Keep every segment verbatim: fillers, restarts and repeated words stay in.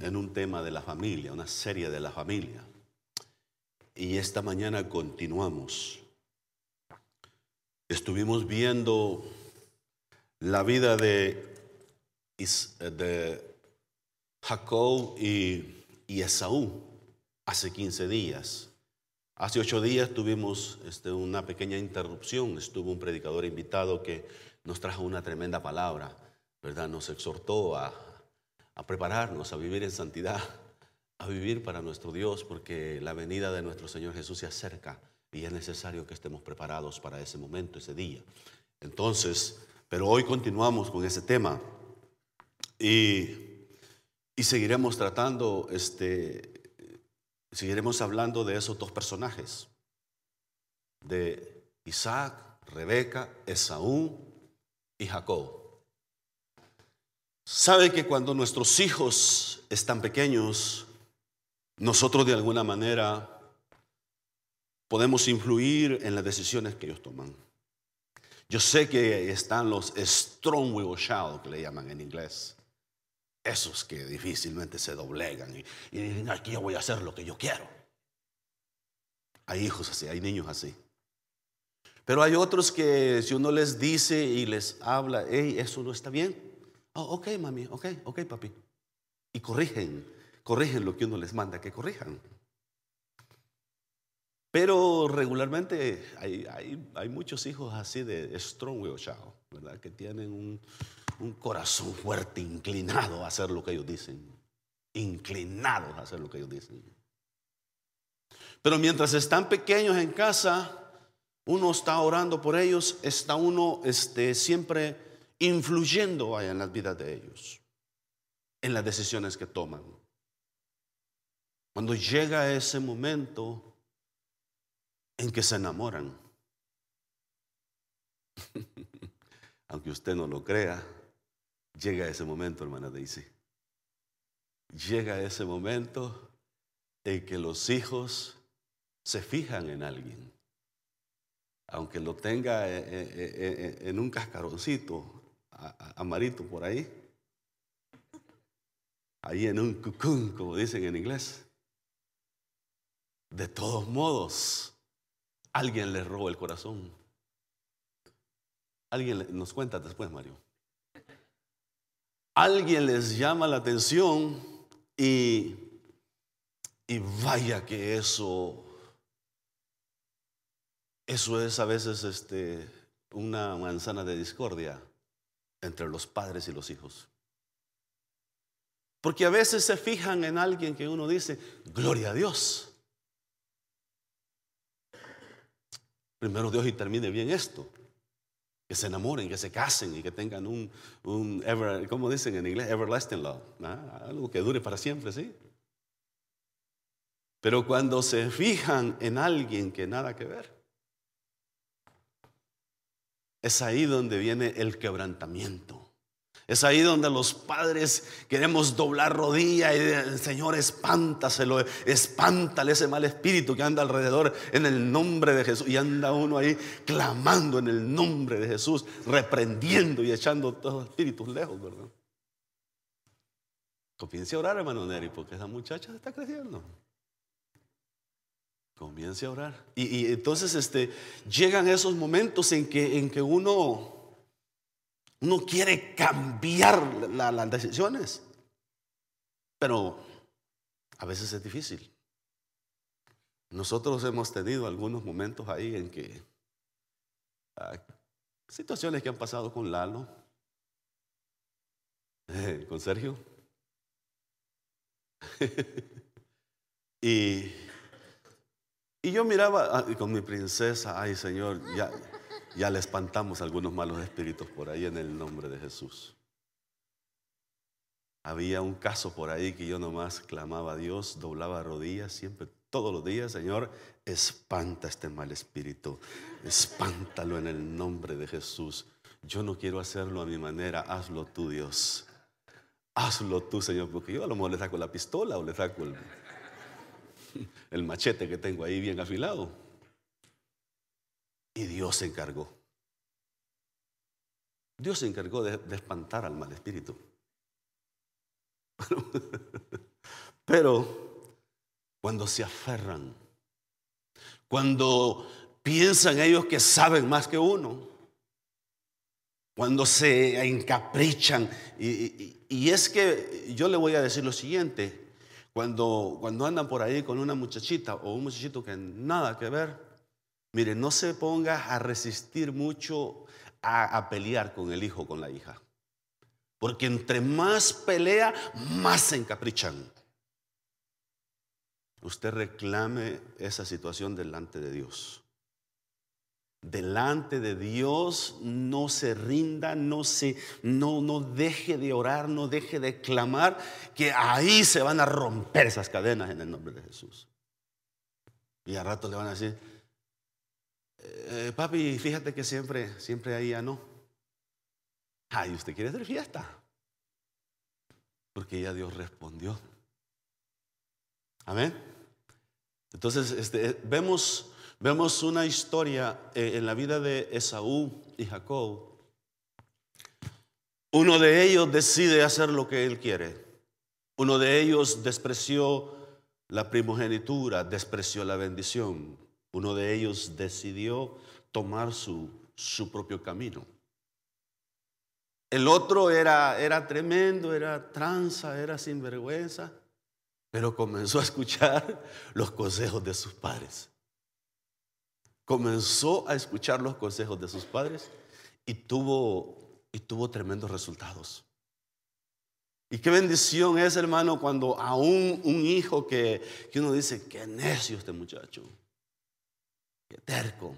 en un tema de la familia, una serie de la familia. Y esta mañana continuamos. Estuvimos viendo la vida de, de Jacob y, y Esaú hace quince días. Hace ocho días tuvimos este, una pequeña interrupción. Estuvo un predicador invitado que nos trajo una tremenda palabra, ¿verdad? Nos exhortó a, a prepararnos, a vivir en santidad, a vivir para nuestro Dios, porque la venida de nuestro Señor Jesús se acerca y es necesario que estemos preparados para ese momento, ese día. Entonces, pero hoy continuamos con ese tema y, y seguiremos tratando, este, seguiremos hablando de esos dos personajes, de Isaac, Rebeca, Esaú y Jacob. Sabe que cuando nuestros hijos están pequeños, nosotros de alguna manera podemos influir en las decisiones que ellos toman. Yo sé que están los strong-willed child, que le llaman en inglés. Esos que difícilmente se doblegan y, y dicen, aquí yo voy a hacer lo que yo quiero. Hay hijos así, hay niños así. Pero hay otros que si uno les dice y les habla, hey, eso no está bien. Oh, ok, mami, ok, ok, papi. Y corrigen, corrigen lo que uno les manda que corrijan. Pero regularmente hay, hay, hay muchos hijos así de strong-willed child, ¿verdad? Que tienen un, un corazón fuerte, inclinado a hacer lo que ellos dicen. Inclinados a hacer lo que ellos dicen. Pero mientras están pequeños en casa, uno está orando por ellos, está uno este, siempre influyendo en las vidas de ellos, en las decisiones que toman. Cuando llega ese momento en que se enamoran, aunque usted no lo crea, llega ese momento, hermana Daisy. Llega ese momento en que los hijos se fijan en alguien, aunque lo tenga en un cascaroncito amarito por ahí, ahí en un cocoon, como dicen en inglés. De todos modos, alguien les roba el corazón. Alguien nos cuenta después, Mario. Alguien les llama la atención y, y vaya que eso, eso es a veces este, una manzana de discordia entre los padres y los hijos. Porque a veces se fijan en alguien que uno dice, gloria a Dios. Primero Dios y termine bien esto. Que se enamoren, que se casen y que tengan un, un ever, ¿cómo dicen en inglés? Everlasting love. ¿Ah? Algo que dure para siempre, ¿sí? Pero cuando se fijan en alguien que nada que ver, es ahí donde viene el quebrantamiento. Es ahí donde los padres queremos doblar rodilla y el Señor, espántaselo, espántale ese mal espíritu que anda alrededor en el nombre de Jesús. Y anda uno ahí clamando en el nombre de Jesús, reprendiendo y echando todos los espíritus lejos, ¿verdad? Comience a orar, hermano Neri, porque esa muchacha está creciendo. Comience a orar. Y, y entonces este, llegan esos momentos en que, en que uno... Uno quiere cambiar la, las decisiones, pero a veces es difícil. Nosotros hemos tenido algunos momentos ahí en que uh, situaciones que han pasado con Lalo, eh, con Sergio, y, y yo miraba uh, con mi princesa, ay Señor, ya... Ya le espantamos algunos malos espíritus por ahí en el nombre de Jesús. Había un caso por ahí que yo nomás clamaba a Dios, doblaba rodillas siempre, todos los días, Señor, espanta este mal espíritu, espántalo en el nombre de Jesús. Yo no quiero hacerlo a mi manera, hazlo tú, Dios. Hazlo tú, Señor, porque yo a lo mejor le saco la pistola o le saco el, el machete que tengo ahí bien afilado. Y Dios se encargó. Dios se encargó de, de espantar al mal espíritu. Pero cuando se aferran, cuando piensan ellos que saben más que uno, cuando se encaprichan, y, y, y es que yo le voy a decir lo siguiente: cuando, cuando andan por ahí con una muchachita o un muchachito que nada que ver, mire, no se ponga a resistir mucho a, a pelear con el hijo o con la hija, porque entre más pelea, más se encaprichan. Usted reclame esa situación delante de Dios. Delante de Dios, no se rinda, no se, no, no deje de orar, no deje de clamar, que ahí se van a romper esas cadenas en el nombre de Jesús. Y al rato le van a decir: eh, papi, fíjate que siempre, siempre ahí ya no. Ay, ¿usted quiere hacer fiesta? Porque ya Dios respondió. Amén. Entonces, este, vemos... Vemos una historia en la vida de Esaú y Jacob. Uno de ellos decide hacer lo que él quiere. Uno de ellos despreció la primogenitura, despreció la bendición. Uno de ellos decidió tomar su, su propio camino. El otro era, era tremendo, era tranza, era sinvergüenza, pero comenzó a escuchar los consejos de sus padres. Comenzó a escuchar los consejos de sus padres y tuvo, y tuvo tremendos resultados. Y qué bendición es, hermano, cuando a un, un hijo que, que uno dice: qué necio este muchacho, qué terco.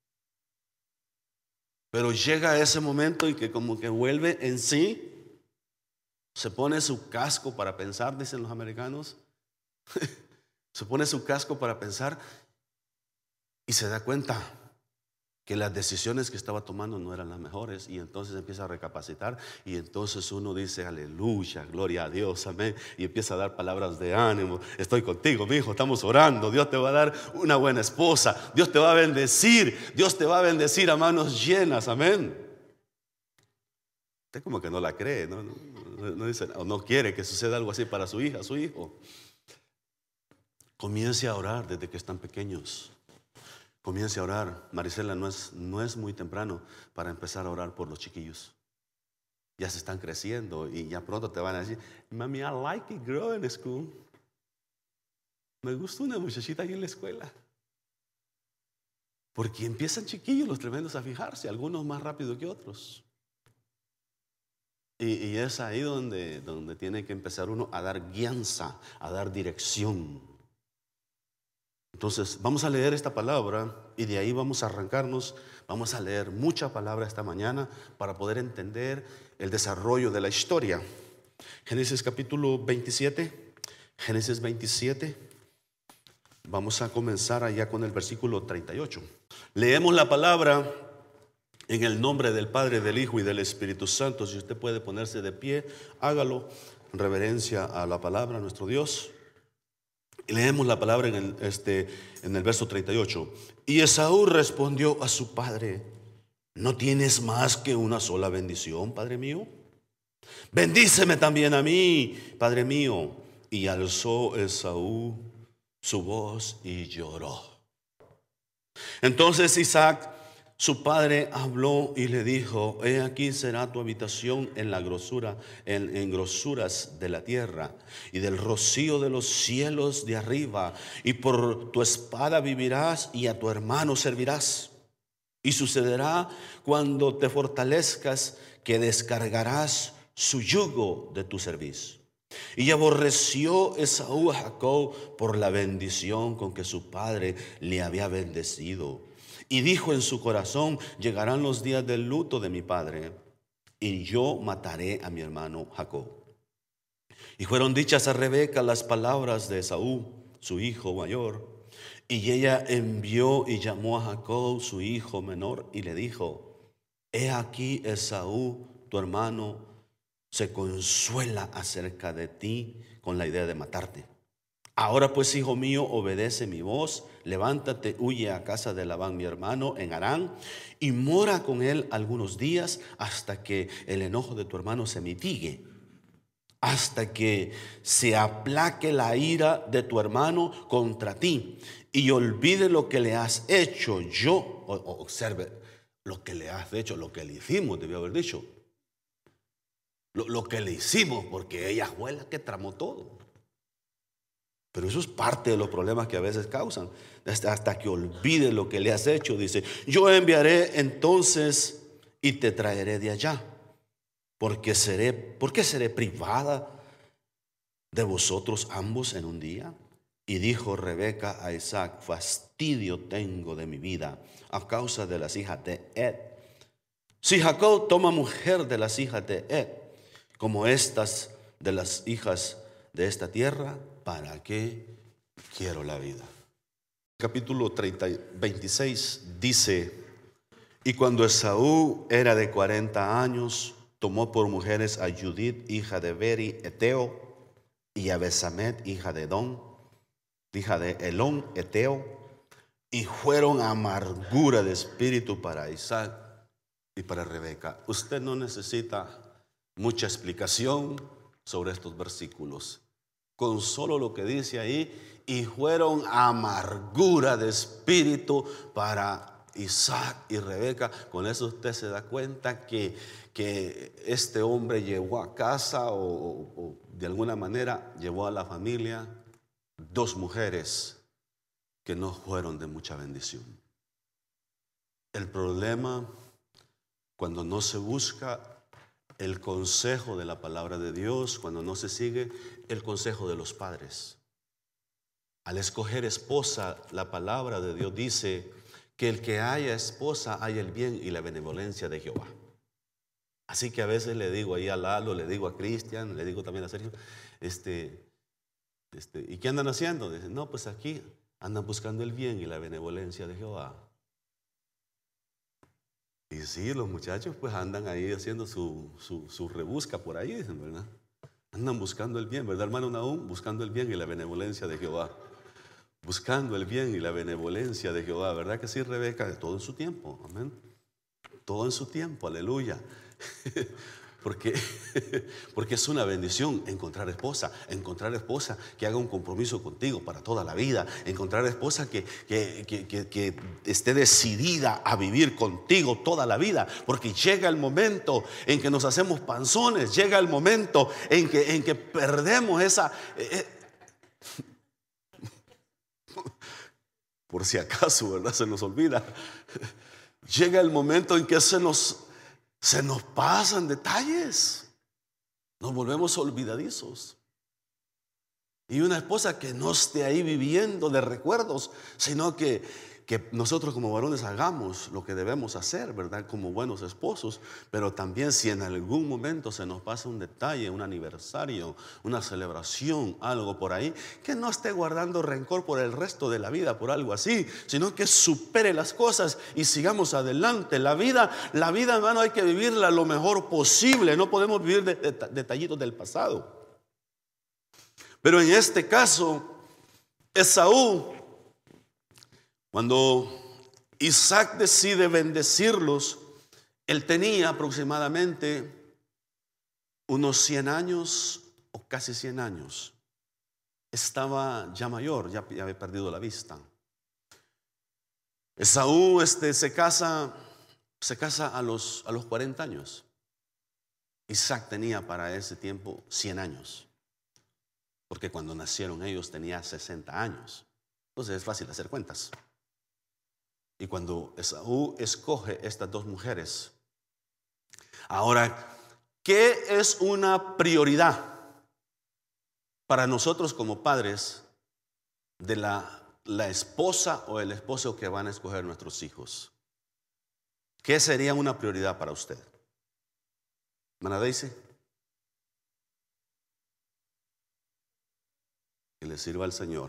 Pero llega ese momento y que como que vuelve en sí, se pone su casco para pensar, dicen los americanos. Se pone su casco para pensar. Y se da cuenta que las decisiones que estaba tomando no eran las mejores. Y entonces empieza a recapacitar. Y entonces uno dice: aleluya, gloria a Dios, amén. Y empieza a dar palabras de ánimo. Estoy contigo, mi hijo, estamos orando. Dios te va a dar una buena esposa. Dios te va a bendecir. Dios te va a bendecir a manos llenas, amén. Usted como que no la cree, ¿no? No, no dice, o no quiere que suceda algo así para su hija, su hijo. Comience a orar desde que están pequeños. Comience a orar. Marisela, no es, no es muy temprano para empezar a orar por los chiquillos. Ya se están creciendo y ya pronto te van a decir: mami, I like it growing in school. Me gusta una muchachita ahí en la escuela. Porque empiezan chiquillos los tremendos a fijarse, algunos más rápido que otros. Y, y es ahí donde, donde tiene que empezar uno a dar guianza, a dar dirección. Entonces vamos a leer esta palabra y de ahí vamos a arrancarnos. Vamos a leer mucha palabra esta mañana para poder entender el desarrollo de la historia. Génesis capítulo veintisiete. Génesis veintisiete. Vamos a comenzar allá con el versículo treinta y ocho. Leemos la palabra en el nombre del Padre, del Hijo y del Espíritu Santo. Si usted puede ponerse de pie, hágalo en reverencia a la palabra, a nuestro Dios. Y leemos la palabra en el, este, en el verso treinta y ocho. Y Esaú respondió a su padre: ¿no tienes más que una sola bendición, padre mío? Bendíceme también a mí, padre mío. Y alzó Esaú su voz y lloró. Entonces Isaac, su padre, habló y le dijo: he aquí será tu habitación en la grosura, en, en grosuras de la tierra y del rocío de los cielos de arriba, y por tu espada vivirás y a tu hermano servirás. Y sucederá cuando te fortalezcas que descargarás su yugo de tu cerviz. Y aborreció Esaú a Jacob por la bendición con que su padre le había bendecido. Y dijo en su corazón: llegarán los días del luto de mi padre, y yo mataré a mi hermano Jacob. Y fueron dichas a Rebeca las palabras de Esaú, su hijo mayor. Y ella envió y llamó a Jacob, su hijo menor, y le dijo: he aquí Esaú, tu hermano, se consuela acerca de ti con la idea de matarte. Ahora pues, hijo mío, obedece mi voz, levántate, huye a casa de Labán mi hermano en Harán, y mora con él algunos días hasta que el enojo de tu hermano se mitigue. hasta que se aplaque la ira de tu hermano contra ti y olvide lo que le has hecho. Yo, observe, lo que le has hecho, lo que le hicimos, debió haber dicho. Lo, lo que le hicimos, porque ella fue la que tramó todo. Pero eso es parte de los problemas que a veces causan. Hasta, hasta que olvide lo que le has hecho, dice, yo enviaré entonces y te traeré de allá. Porque seré, porque seré privada de vosotros ambos en un día. Y dijo Rebeca a Isaac, fastidio tengo de mi vida a causa de las hijas de Ed. Si Jacob toma mujer de las hijas de Ed, como estas de las hijas de esta tierra, ¿para qué quiero la vida? Capítulo treinta, veintiséis dice, y cuando Esaú era de cuarenta años, tomó por mujeres a Judith, hija de Beri, Eteo, y a Besamet, hija de Edom, hija de Elón, Eteo, y fueron amargura de espíritu para Isaac y para Rebeca. Usted no necesita mucha explicación sobre estos versículos. Con solo lo que dice ahí, y fueron amargura de espíritu para Isaac y Rebeca. Con eso usted se da cuenta que, que este hombre llevó a casa o, o, o de alguna manera llevó a la familia dos mujeres que no fueron de mucha bendición. El problema cuando no se busca el consejo de la palabra de Dios, cuando no se sigue el consejo de los padres. Al escoger esposa, la palabra de Dios dice que el que haya esposa haya el bien y la benevolencia de Jehová. Así que a veces le digo ahí a Lalo, le digo a Cristian, le digo también a Sergio, este, este, ¿y qué andan haciendo? Dicen, no, pues aquí andan buscando el bien y la benevolencia de Jehová. Y sí, los muchachos pues andan ahí haciendo su, su, su rebusca por ahí, dicen, ¿verdad? Andan buscando el bien, ¿verdad, hermano Nahum? Buscando el bien y la benevolencia de Jehová. Buscando el bien y la benevolencia de Jehová, ¿verdad que sí, Rebeca? Todo en su tiempo, amén. Todo en su tiempo, aleluya. Porque, porque es una bendición encontrar esposa, encontrar esposa que haga un compromiso contigo para toda la vida, encontrar esposa que, que, que, que, que esté decidida a vivir contigo toda la vida, porque llega el momento en que nos hacemos panzones, llega el momento en que, en que perdemos esa... Eh, por si acaso, ¿verdad? Se nos olvida. Llega el momento en que se nos... Se nos pasan detalles, nos volvemos olvidadizos. Y una esposa que no esté ahí viviendo de recuerdos, sino que, que nosotros como varones hagamos lo que debemos hacer, ¿verdad? Como buenos esposos. Pero también si en algún momento se nos pasa un detalle, un aniversario, una celebración, algo por ahí, que no esté guardando rencor por el resto de la vida, por algo así, sino que supere las cosas y sigamos adelante. La vida, la vida, hermano, hay que vivirla lo mejor posible. No podemos vivir de, de, de, detallitos del pasado. Pero en este caso, Esaú, cuando Isaac decide bendecirlos, él tenía aproximadamente unos cien años o casi cien años. Estaba ya mayor, ya, ya había perdido la vista. Esaú este, se casa, se casa a los, a los cuarenta años. Isaac tenía para ese tiempo cien años. Porque cuando nacieron ellos tenía sesenta años. Entonces es fácil hacer cuentas. Y cuando Esaú escoge estas dos mujeres, ahora, ¿qué es una prioridad para nosotros como padres de la, la esposa o el esposo que van a escoger nuestros hijos? ¿Qué sería una prioridad para usted? ¿Hermana Daisy? Que le sirva al Señor.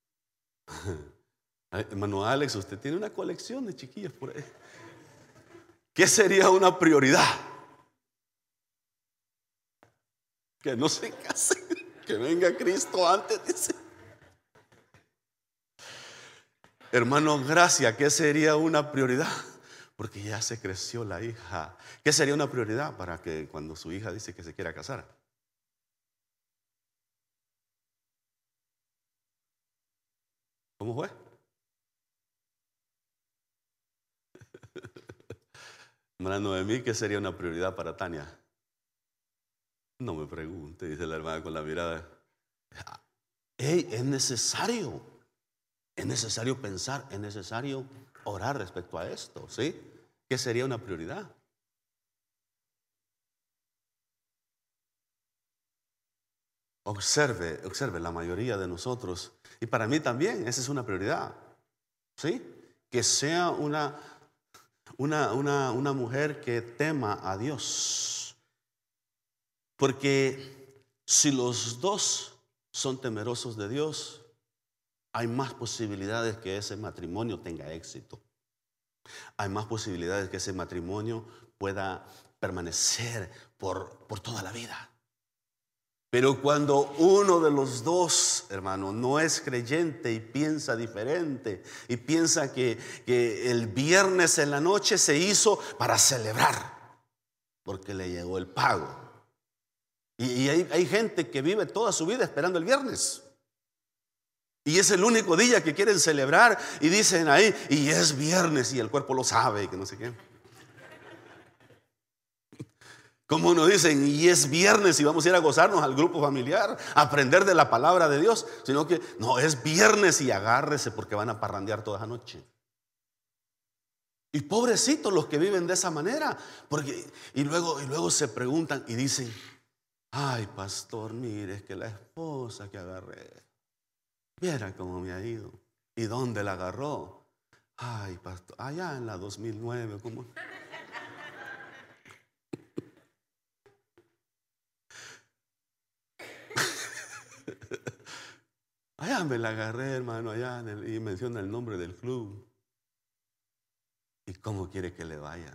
Hermano Alex, usted tiene una colección de chiquillas por ahí. ¿Qué sería una prioridad? Que no se casen, que venga Cristo antes, dice. Hermano Gracia, ¿qué sería una prioridad? Porque ya se creció la hija. ¿Qué sería una prioridad para que cuando su hija dice que se quiera casar? ¿Cómo fue? Hermana Noemí, ¿qué sería una prioridad para Tania? No me pregunte, dice la hermana con la mirada. Hey, es necesario, es necesario pensar, es necesario orar respecto a esto, ¿sí? ¿Qué sería una prioridad? Observe, observe, la mayoría de nosotros, y para mí también, esa es una prioridad, ¿sí? Que sea una, una, una, una mujer que tema a Dios. Porque si los dos son temerosos de Dios, hay más posibilidades que ese matrimonio tenga éxito. Hay más posibilidades que ese matrimonio pueda permanecer por, por toda la vida. Pero cuando uno de los dos, hermano, no es creyente y piensa diferente, y piensa que, que el viernes en la noche se hizo para celebrar, porque le llegó el pago. Y, y hay, hay gente que vive toda su vida esperando el viernes. Y es el único día que quieren celebrar y dicen ahí, y es viernes y el cuerpo lo sabe y que no sé qué. Como nos dicen, y es viernes y vamos a ir a gozarnos al grupo familiar, a aprender de la palabra de Dios, sino que no, es viernes y agárrese porque van a parrandear toda la noche. Y pobrecitos los que viven de esa manera, porque y luego, y luego se preguntan y dicen, ay pastor, mire, es que la esposa que agarré, viera cómo me ha ido. ¿Y dónde la agarró? Ay pastor, allá en la dos mil nueve, ¿cómo? Allá me la agarré, hermano, allá en el, y menciona el nombre del club. ¿Y cómo quiere que le vaya?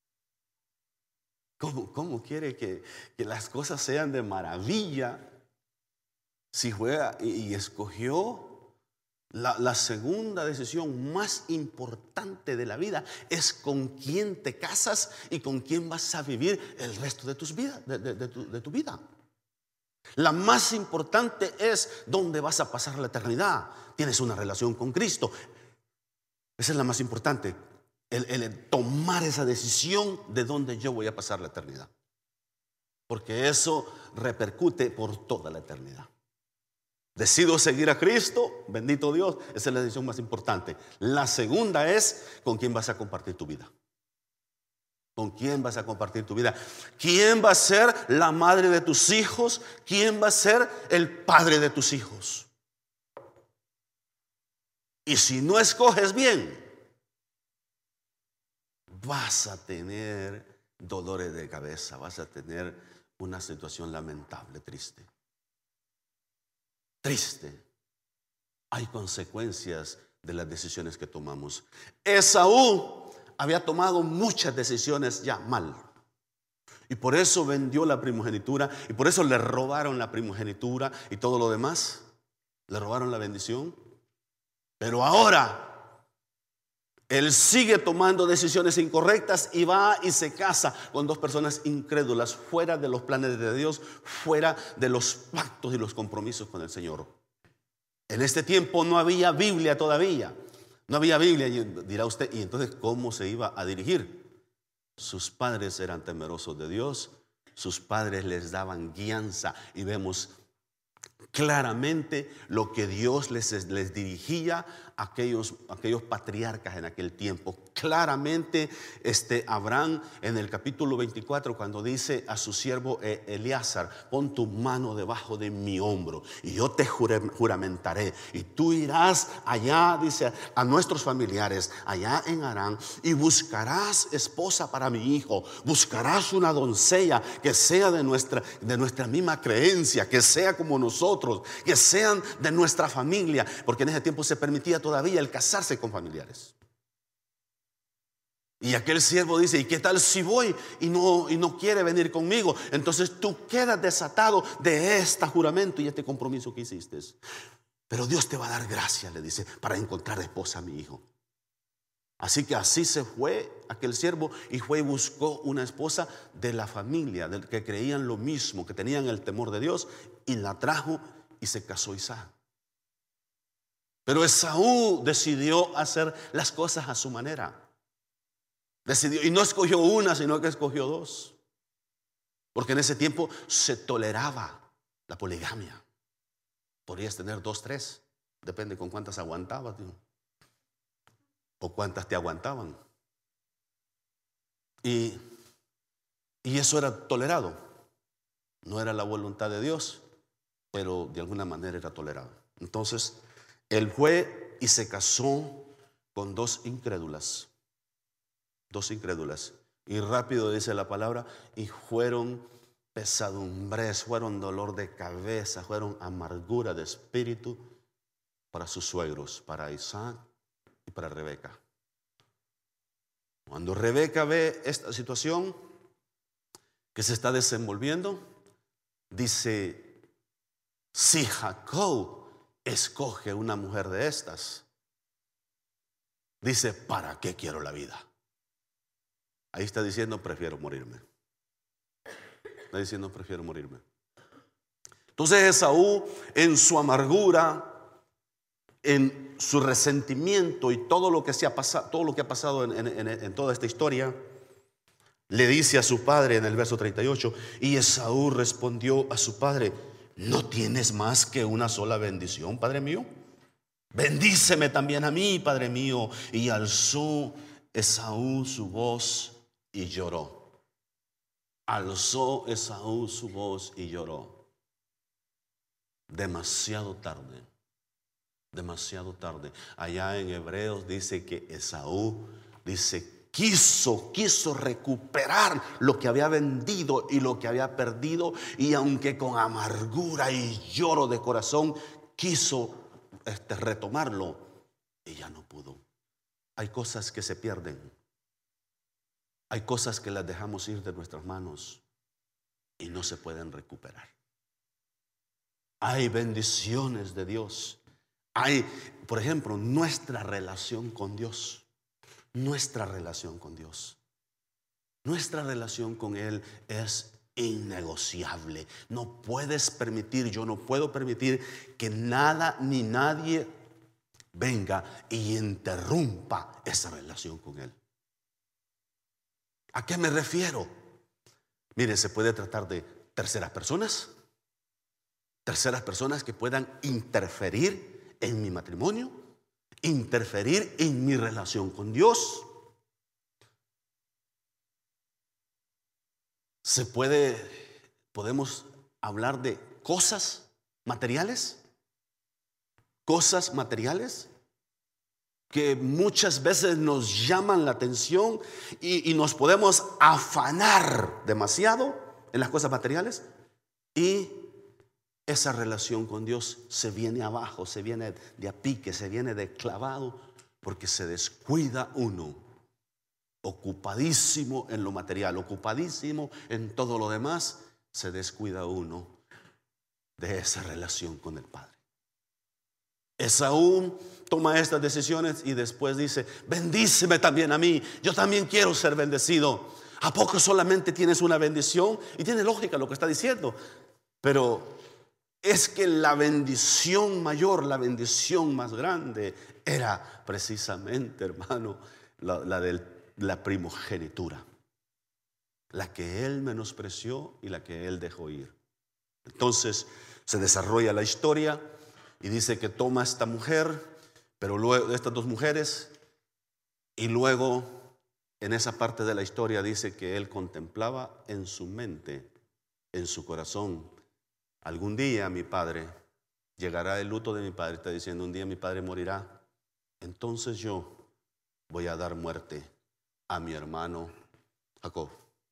¿Cómo, cómo quiere que, que las cosas sean de maravilla? Si juega y, y escogió la, la segunda decisión más importante de la vida, es con quién te casas y con quién vas a vivir el resto de, tus vida, de, de, de, tu, de tu vida. La más importante es dónde vas a pasar la eternidad. Tienes una relación con Cristo. Esa es la más importante. El, el tomar esa decisión de dónde yo voy a pasar la eternidad. Porque eso repercute por toda la eternidad. Decido seguir a Cristo, bendito Dios, esa es la decisión más importante. La segunda es con quién vas a compartir tu vida. ¿Con quién vas a compartir tu vida? ¿Quién va a ser la madre de tus hijos? ¿Quién va a ser el padre de tus hijos? Y si no escoges bien, vas a tener dolores de cabeza, vas a tener una situación lamentable, triste. Triste. Hay consecuencias de las decisiones que tomamos. Esaú había tomado muchas decisiones ya mal. Y por eso vendió la primogenitura. Y por eso le robaron la primogenitura y todo lo demás. Le robaron la bendición. Pero ahora él sigue tomando decisiones incorrectas y va y se casa con dos personas incrédulas, fuera de los planes de Dios, fuera de los pactos y los compromisos con el Señor. En este tiempo no había Biblia todavía. No había Biblia, y dirá usted, ¿y entonces cómo se iba a dirigir? Sus padres eran temerosos de Dios, sus padres les daban guianza y vemos claramente lo que Dios les, les dirigía a aquellos, aquellos patriarcas en aquel tiempo. Claramente este Abraham en el capítulo veinticuatro, cuando dice a su siervo Eleazar, pon tu mano debajo de mi hombro y yo te juramentaré y tú irás allá, dice, a nuestros familiares allá en Harán y buscarás esposa para mi hijo, buscarás una doncella que sea de nuestra, de nuestra misma creencia, que sea como nosotros, que sean de nuestra familia, porque en ese tiempo se permitía todavía el casarse con familiares. Y aquel siervo dice, ¿y qué tal si voy y no, y no quiere venir conmigo? Entonces tú quedas desatado de este juramento y este compromiso que hiciste. Pero Dios te va a dar gracia, le dice, para encontrar esposa a mi hijo. Así que así se fue aquel siervo y fue y buscó una esposa de la familia, de que creían lo mismo, que tenían el temor de Dios, y la trajo y se casó Isaac. Pero Esaú decidió hacer las cosas a su manera. Decidió, y no escogió una, sino que escogió dos. Porque en ese tiempo se toleraba la poligamia. Podrías tener dos, tres. Depende con cuántas aguantabas, tío, o cuántas te aguantaban. Y, y eso era tolerado. No era la voluntad de Dios, pero de alguna manera era tolerado. Entonces, él fue y se casó con dos incrédulas. Dos incrédulas. Y rápido dice la palabra, y fueron pesadumbres, fueron dolor de cabeza, fueron amargura de espíritu para sus suegros, para Isaac y para Rebeca. Cuando Rebeca ve esta situación que se está desenvolviendo, dice, si Jacob escoge una mujer de estas, dice, ¿para qué quiero la vida? Ahí está diciendo, prefiero morirme. Está diciendo, prefiero morirme. Entonces Esaú, en su amargura, en su resentimiento y todo lo que se ha pasado, todo lo que ha pasado en, en, en toda esta historia, le dice a su padre en el verso treinta y ocho, y Esaú respondió a su padre, ¿no tienes más que una sola bendición, padre mío? Bendíceme también a mí, padre mío. Y alzó Esaú su voz y lloró. Alzó Esaú su voz y lloró. Demasiado tarde. Demasiado tarde. Allá en Hebreos dice que Esaú dice quiso, quiso recuperar lo que había vendido y lo que había perdido, y aunque con amargura y lloro de corazón quiso este, retomarlo, y ya no pudo. Hay cosas que se pierden. Hay cosas que las dejamos ir de nuestras manos y no se pueden recuperar. Hay bendiciones de Dios. Hay, por ejemplo, nuestra relación con Dios. Nuestra relación con Dios. Nuestra relación con Él es innegociable. No puedes permitir, yo no puedo permitir que nada ni nadie venga y interrumpa esa relación con Él. ¿A qué me refiero? Mire, se puede tratar de terceras personas. Terceras personas que puedan interferir en mi matrimonio, interferir en mi relación con Dios. Se puede, podemos hablar de cosas materiales, cosas materiales que muchas veces nos llaman la atención y, y nos podemos afanar demasiado en las cosas materiales, y esa relación con Dios se viene abajo, se viene de a pique, se viene de clavado, porque se descuida uno, ocupadísimo en lo material, ocupadísimo en todo lo demás, se descuida uno de esa relación con el Padre. Esaú toma estas decisiones y después dice, bendíceme también a mí, yo también quiero ser bendecido. ¿A poco solamente tienes una bendición? Y tiene lógica lo que está diciendo, pero es que la bendición mayor, la bendición más grande era precisamente, hermano, la, la de la primogenitura, la que él menospreció y la que él dejó ir. Entonces se desarrolla la historia y dice que toma a esta mujer, pero luego estas dos mujeres, y luego en esa parte de la historia dice que él contemplaba en su mente, en su corazón, algún día mi padre, llegará el luto de mi padre, está diciendo, un día mi padre morirá, entonces yo voy a dar muerte a mi hermano Jacob.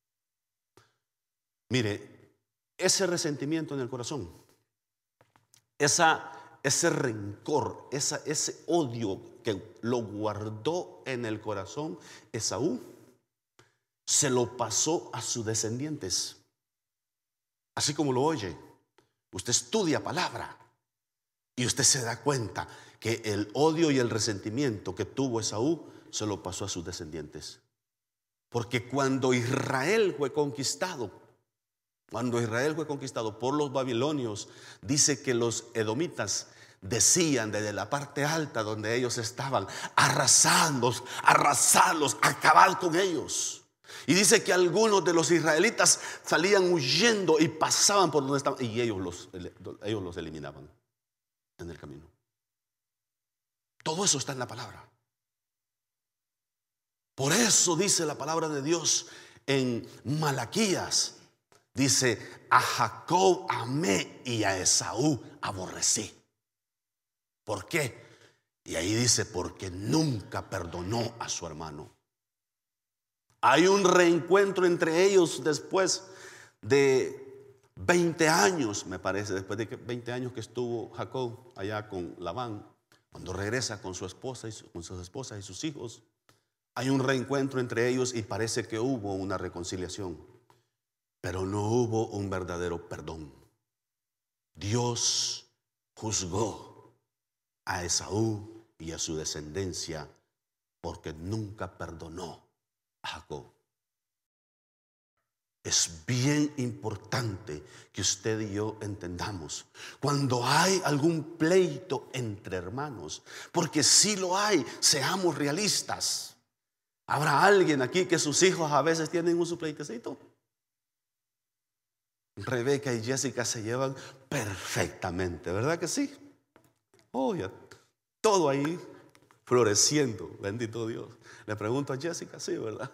Mire, ese resentimiento en el corazón, esa, ese rencor, esa, ese odio que lo guardó en el corazón Esaú, se lo pasó a sus descendientes. Así como lo oye, usted estudia palabra y usted se da cuenta que el odio y el resentimiento que tuvo Esaú se lo pasó a sus descendientes. Porque cuando Israel fue conquistado, cuando Israel fue conquistado por los babilonios, dice que los edomitas decían desde la parte alta donde ellos estaban: arrasándolos, arrasarlos, acabar con ellos. Y dice que algunos de los israelitas salían huyendo y pasaban por donde estaban, y ellos los, ellos los eliminaban en el camino. Todo eso está en la palabra. Por eso dice la palabra de Dios en Malaquías, dice: a Jacob amé y a Esaú aborrecí. ¿Por qué? Y ahí dice: porque nunca perdonó a su hermano. Hay un reencuentro entre ellos después de veinte años, me parece, después de veinte años que estuvo Jacob allá con Labán. Cuando regresa con su esposa y su, con sus esposas y sus hijos, hay un reencuentro entre ellos y parece que hubo una reconciliación, pero no hubo un verdadero perdón. Dios juzgó a Esaú y a su descendencia porque nunca perdonó a Jacob. Es bien importante que usted y yo entendamos cuando hay algún pleito entre hermanos, porque si lo hay, seamos realistas. ¿Habrá alguien aquí que sus hijos a veces tienen un su pleitecito? Rebeca y Jessica se llevan perfectamente, ¿verdad que sí? Oh, ya, todo ahí floreciendo, bendito Dios. Le pregunto a Jessica, sí, ¿verdad?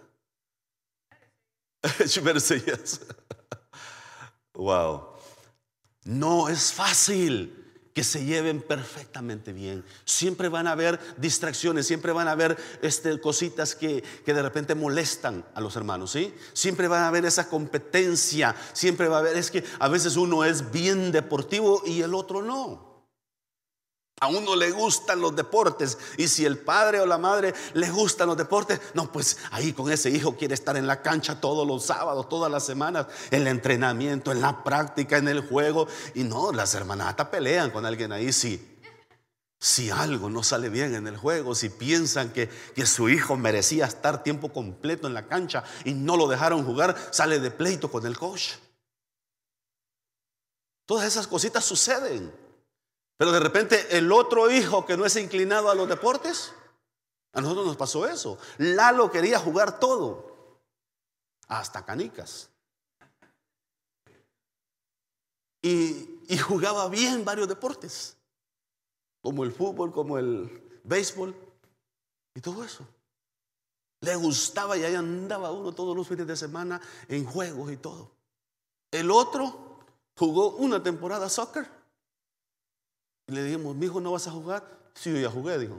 Wow. No es fácil que se lleven perfectamente bien. Siempre van a haber distracciones, siempre van a haber este, cositas que, que de repente molestan a los hermanos, ¿sí? Siempre van a haber esa competencia, siempre va a haber, es que a veces uno es bien deportivo y el otro no. A uno le gustan los deportes, y si el padre o la madre le gustan los deportes, no, pues ahí con ese hijo quiere estar en la cancha todos los sábados, todas las semanas, en el entrenamiento, en la práctica, en el juego. Y no, las hermanas hasta pelean con alguien ahí si, si algo no sale bien en el juego, si piensan que, que su hijo merecía estar tiempo completo en la cancha y no lo dejaron jugar, sale de pleito con el coach. Todas esas cositas suceden. Pero de repente el otro hijo que no es inclinado a los deportes, a nosotros nos pasó eso. Lalo quería jugar todo, hasta canicas, y, y jugaba bien varios deportes, como el fútbol, como el béisbol y todo eso. Le gustaba y ahí andaba uno todos los fines de semana en juegos y todo. El otro jugó una temporada soccer. Y le dijimos: mi hijo, ¿no vas a jugar? Sí, yo ya jugué, dijo.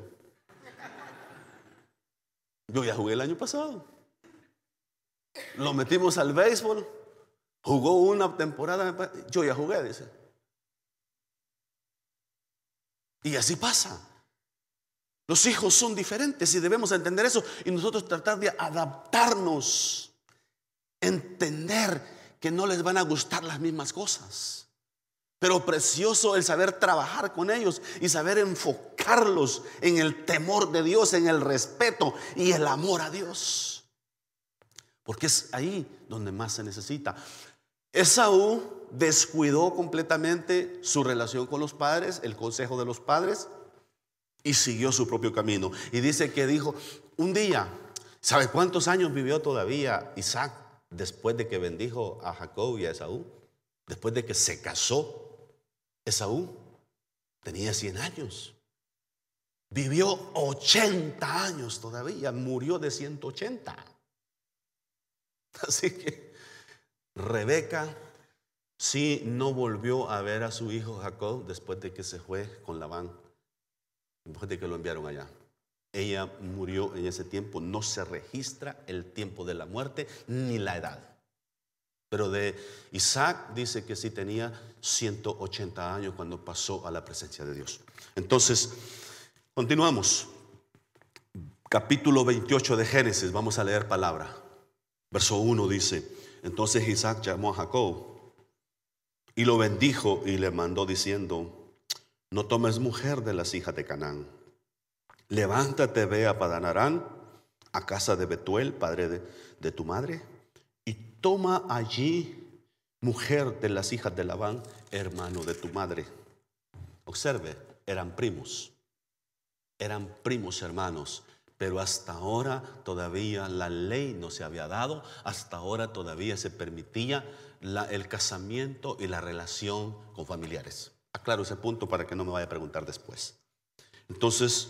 Yo ya jugué el año pasado. Lo metimos al béisbol, jugó una temporada, yo ya jugué, dice. Y así pasa. Los hijos son diferentes y debemos entender eso, y nosotros tratar de adaptarnos, entender que no les van a gustar las mismas cosas. Pero precioso el saber trabajar con ellos y saber enfocarlos en el temor de Dios, en el respeto y el amor a Dios. Porque es ahí donde más se necesita. Esaú descuidó completamente su relación con los padres, el consejo de los padres, y siguió su propio camino. Y dice que dijo un día, ¿sabe cuántos años vivió todavía Isaac después de que bendijo a Jacob y a Esaú? Después de que se casó, Esaú tenía cien años. Vivió ochenta años todavía, murió de ciento ochenta. Así que Rebeca sí no volvió a ver a su hijo Jacob después de que se fue con Labán, después de que lo enviaron allá. Ella murió en ese tiempo. No se registra el tiempo de la muerte ni la edad. Pero de Isaac dice que sí tenía ciento ochenta años cuando pasó a la presencia de Dios. Entonces, continuamos. Capítulo veintiocho de Génesis, vamos a leer palabra. Verso uno dice: entonces Isaac llamó a Jacob y lo bendijo y le mandó diciendo: no tomes mujer de las hijas de Canaán. Levántate, ve a Padán Aram, a casa de Betuel, padre de, de tu madre, y toma allí mujer de las hijas de Labán, hermano de tu madre. Observe, eran primos. Eran primos hermanos. Pero hasta ahora todavía la ley no se había dado. Hasta ahora todavía se permitía la, el casamiento y la relación con familiares. Aclaro ese punto para que no me vaya a preguntar después. Entonces,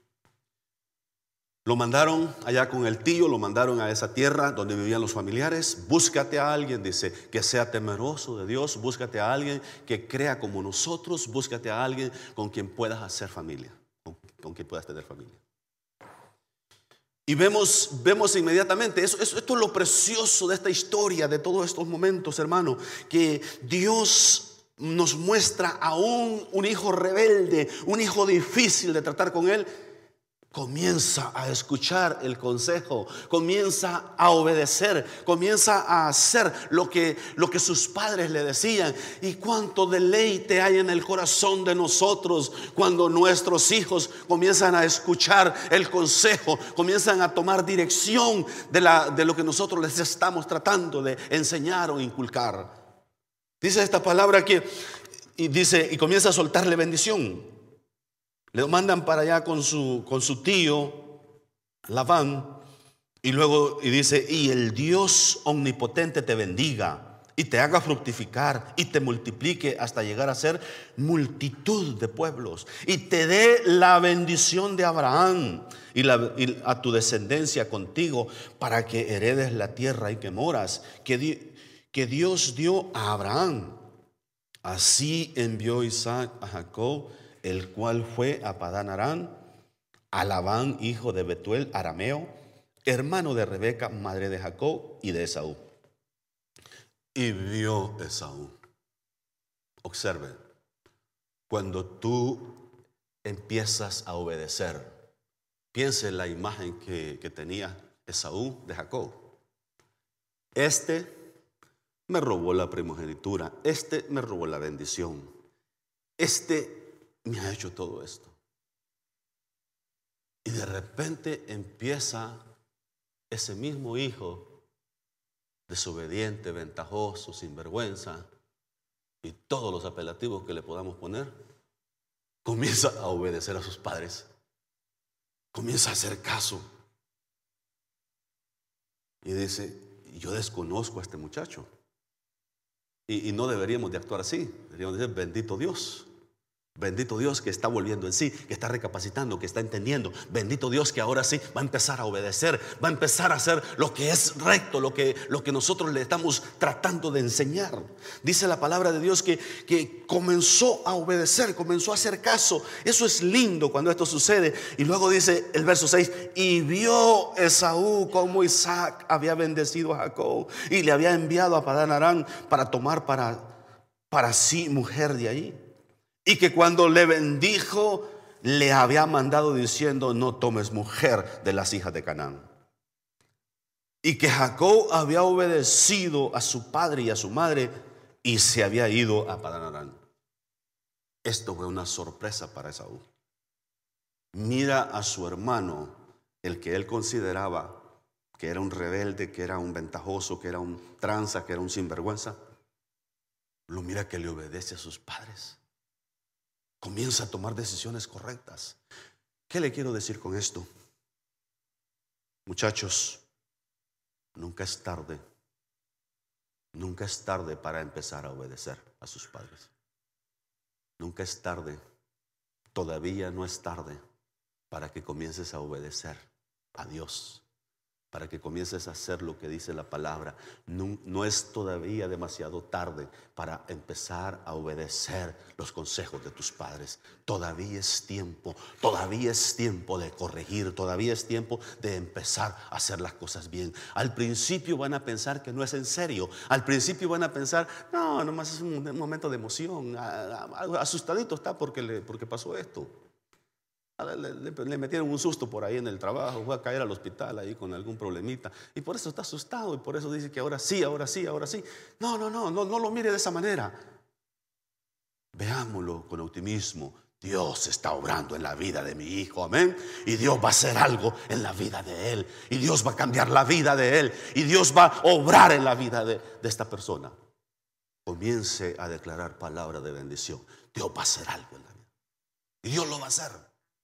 lo mandaron allá con el tío, lo mandaron a esa tierra donde vivían los familiares. Búscate a alguien, dice, que sea temeroso de Dios. Búscate a alguien que crea como nosotros. Búscate a alguien con quien puedas hacer familia, con, con quien puedas tener familia. Y vemos, vemos inmediatamente, eso, eso, esto es lo precioso de esta historia, de todos estos momentos, hermano, que Dios nos muestra a un, un hijo rebelde, un hijo difícil de tratar con él. Comienza a escuchar el consejo, comienza a obedecer, comienza a hacer lo que, lo que sus padres le decían. Y cuánto deleite hay en el corazón de nosotros cuando nuestros hijos comienzan a escuchar el consejo, comienzan a tomar dirección de, la, de lo que nosotros les estamos tratando de enseñar o inculcar. Dice esta palabra que, y dice, y comienza a soltarle bendición. Le mandan para allá con su, con su tío Labán. Y luego y dice, y el Dios omnipotente te bendiga y te haga fructificar y te multiplique hasta llegar a ser multitud de pueblos, y te dé la bendición de Abraham y, la, y a tu descendencia contigo, para que heredes la tierra en que moras, que, di, que Dios dio a Abraham. Así envió Isaac a Jacob, el cual fue a Padán Aram, a Labán, hijo de Betuel arameo, hermano de Rebeca, madre de Jacob y de Esaú. Y vio Esaú. Observe, cuando tú empiezas a obedecer, piense en la imagen que, que tenía Esaú de Jacob. Este me robó la primogenitura, este me robó la bendición, este me ha hecho todo esto. Y de repente empieza ese mismo hijo desobediente, ventajoso, sinvergüenza y todos los apelativos que le podamos poner, comienza a obedecer a sus padres, comienza a hacer caso y dice, yo desconozco a este muchacho y, y no deberíamos de actuar así. Deberíamos decir, bendito Dios. Bendito Dios que está volviendo en sí, que está recapacitando, que está entendiendo. Bendito Dios que ahora sí va a empezar a obedecer, va a empezar a hacer lo que es recto, lo que, lo que nosotros le estamos tratando de enseñar. Dice la palabra de Dios que, que comenzó a obedecer, comenzó a hacer caso. Eso es lindo cuando esto sucede. Y luego dice el verso seis, y vio Esaú cómo Isaac había bendecido a Jacob y le había enviado a Padán Aram para tomar para, para sí mujer de ahí. Y que cuando le bendijo, le había mandado diciendo, no tomes mujer de las hijas de Canaán. Y que Jacob había obedecido a su padre y a su madre y se había ido a Padán Aram. Esto fue una sorpresa para Esaú. Mira a su hermano, el que él consideraba que era un rebelde, que era un ventajoso, que era un tranza, que era un sinvergüenza. Lo mira que le obedece a sus padres. Comienza a tomar decisiones correctas. ¿Qué le quiero decir con esto? Muchachos, nunca es tarde. Nunca es tarde para empezar a obedecer a sus padres. Nunca es tarde. Todavía no es tarde para que comiences a obedecer a Dios. Para que comiences a hacer lo que dice la palabra. No, no es todavía demasiado tarde para empezar a obedecer los consejos de tus padres. Todavía es tiempo, todavía es tiempo de corregir, todavía es tiempo de empezar a hacer las cosas bien. Al principio van a pensar que no es en serio. Al principio van a pensar, no, nomás es un momento de emoción. Asustadito está porque, le, porque pasó esto. Le, le, le metieron un susto por ahí en el trabajo, fue a caer al hospital ahí con algún problemita y por eso está asustado y por eso dice que ahora sí, ahora sí, ahora sí. No, no, no, no, no lo mire de esa manera. Veámoslo con optimismo. Dios está obrando en la vida de mi hijo, amén. Y Dios va a hacer algo en la vida de él. Y Dios va a cambiar la vida de él. Y Dios va a obrar en la vida de, de esta persona. Comience a declarar palabra de bendición. Dios va a hacer algo en la vida. Y Dios lo va a hacer.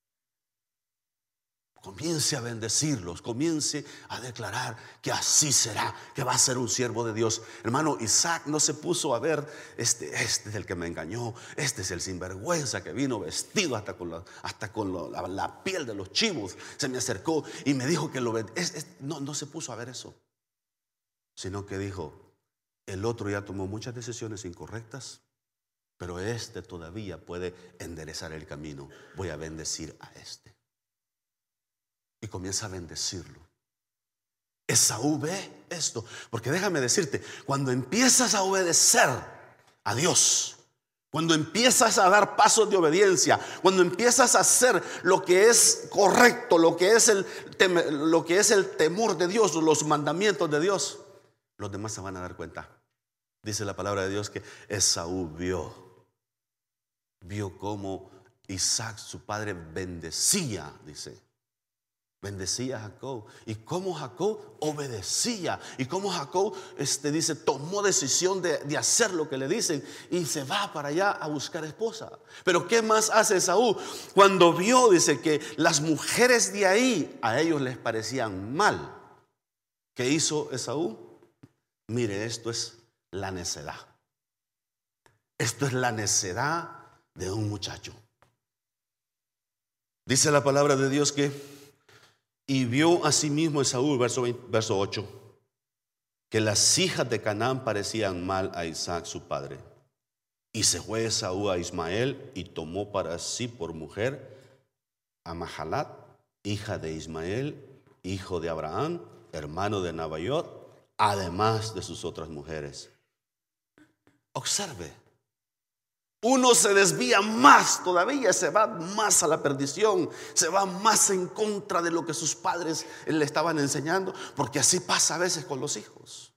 Comience a bendecirlos, comience a declarar que así será, que va a ser un siervo de Dios. Hermano, Isaac no se puso a ver, este, este es el que me engañó, este es el sinvergüenza que vino vestido hasta con la, hasta con lo, la, la piel de los chivos. Se me acercó y me dijo que lo es, es, no, no se puso a ver eso, sino que dijo, el otro ya tomó muchas decisiones incorrectas, pero este todavía puede enderezar el camino. Voy a bendecir a este. Y comienza a bendecirlo. Esaú ve esto, porque déjame decirte, cuando empiezas a obedecer a Dios, cuando empiezas a dar pasos de obediencia, cuando empiezas a hacer lo que es correcto, lo que es el, lo que es el temor de Dios, los mandamientos de Dios, los demás se van a dar cuenta. Dice la palabra de Dios que Esaú vio, vio cómo Isaac, su padre, bendecía, dice. Bendecía a Jacob. Y cómo Jacob obedecía. Y cómo Jacob este, dice, tomó decisión de, de hacer lo que le dicen. Y se va para allá a buscar esposa. Pero ¿qué más hace Esaú? Cuando vio, dice, que las mujeres de ahí a ellos les parecían mal. ¿Qué hizo Esaú? Mire, esto es la necedad. Esto es la necedad de un muchacho. Dice la palabra de Dios que y vio asimismo Esaú, verso, verso ocho, que las hijas de Canaán parecían mal a Isaac su padre. Y se fue Esaú a Ismael y tomó para sí por mujer a Mahalat, hija de Ismael, hijo de Abraham, hermano de Nabaiot, además de sus otras mujeres. Observe. Uno se desvía más todavía, se va más a la perdición, se va más en contra de lo que sus padres le estaban enseñando, porque así pasa a veces con los hijos.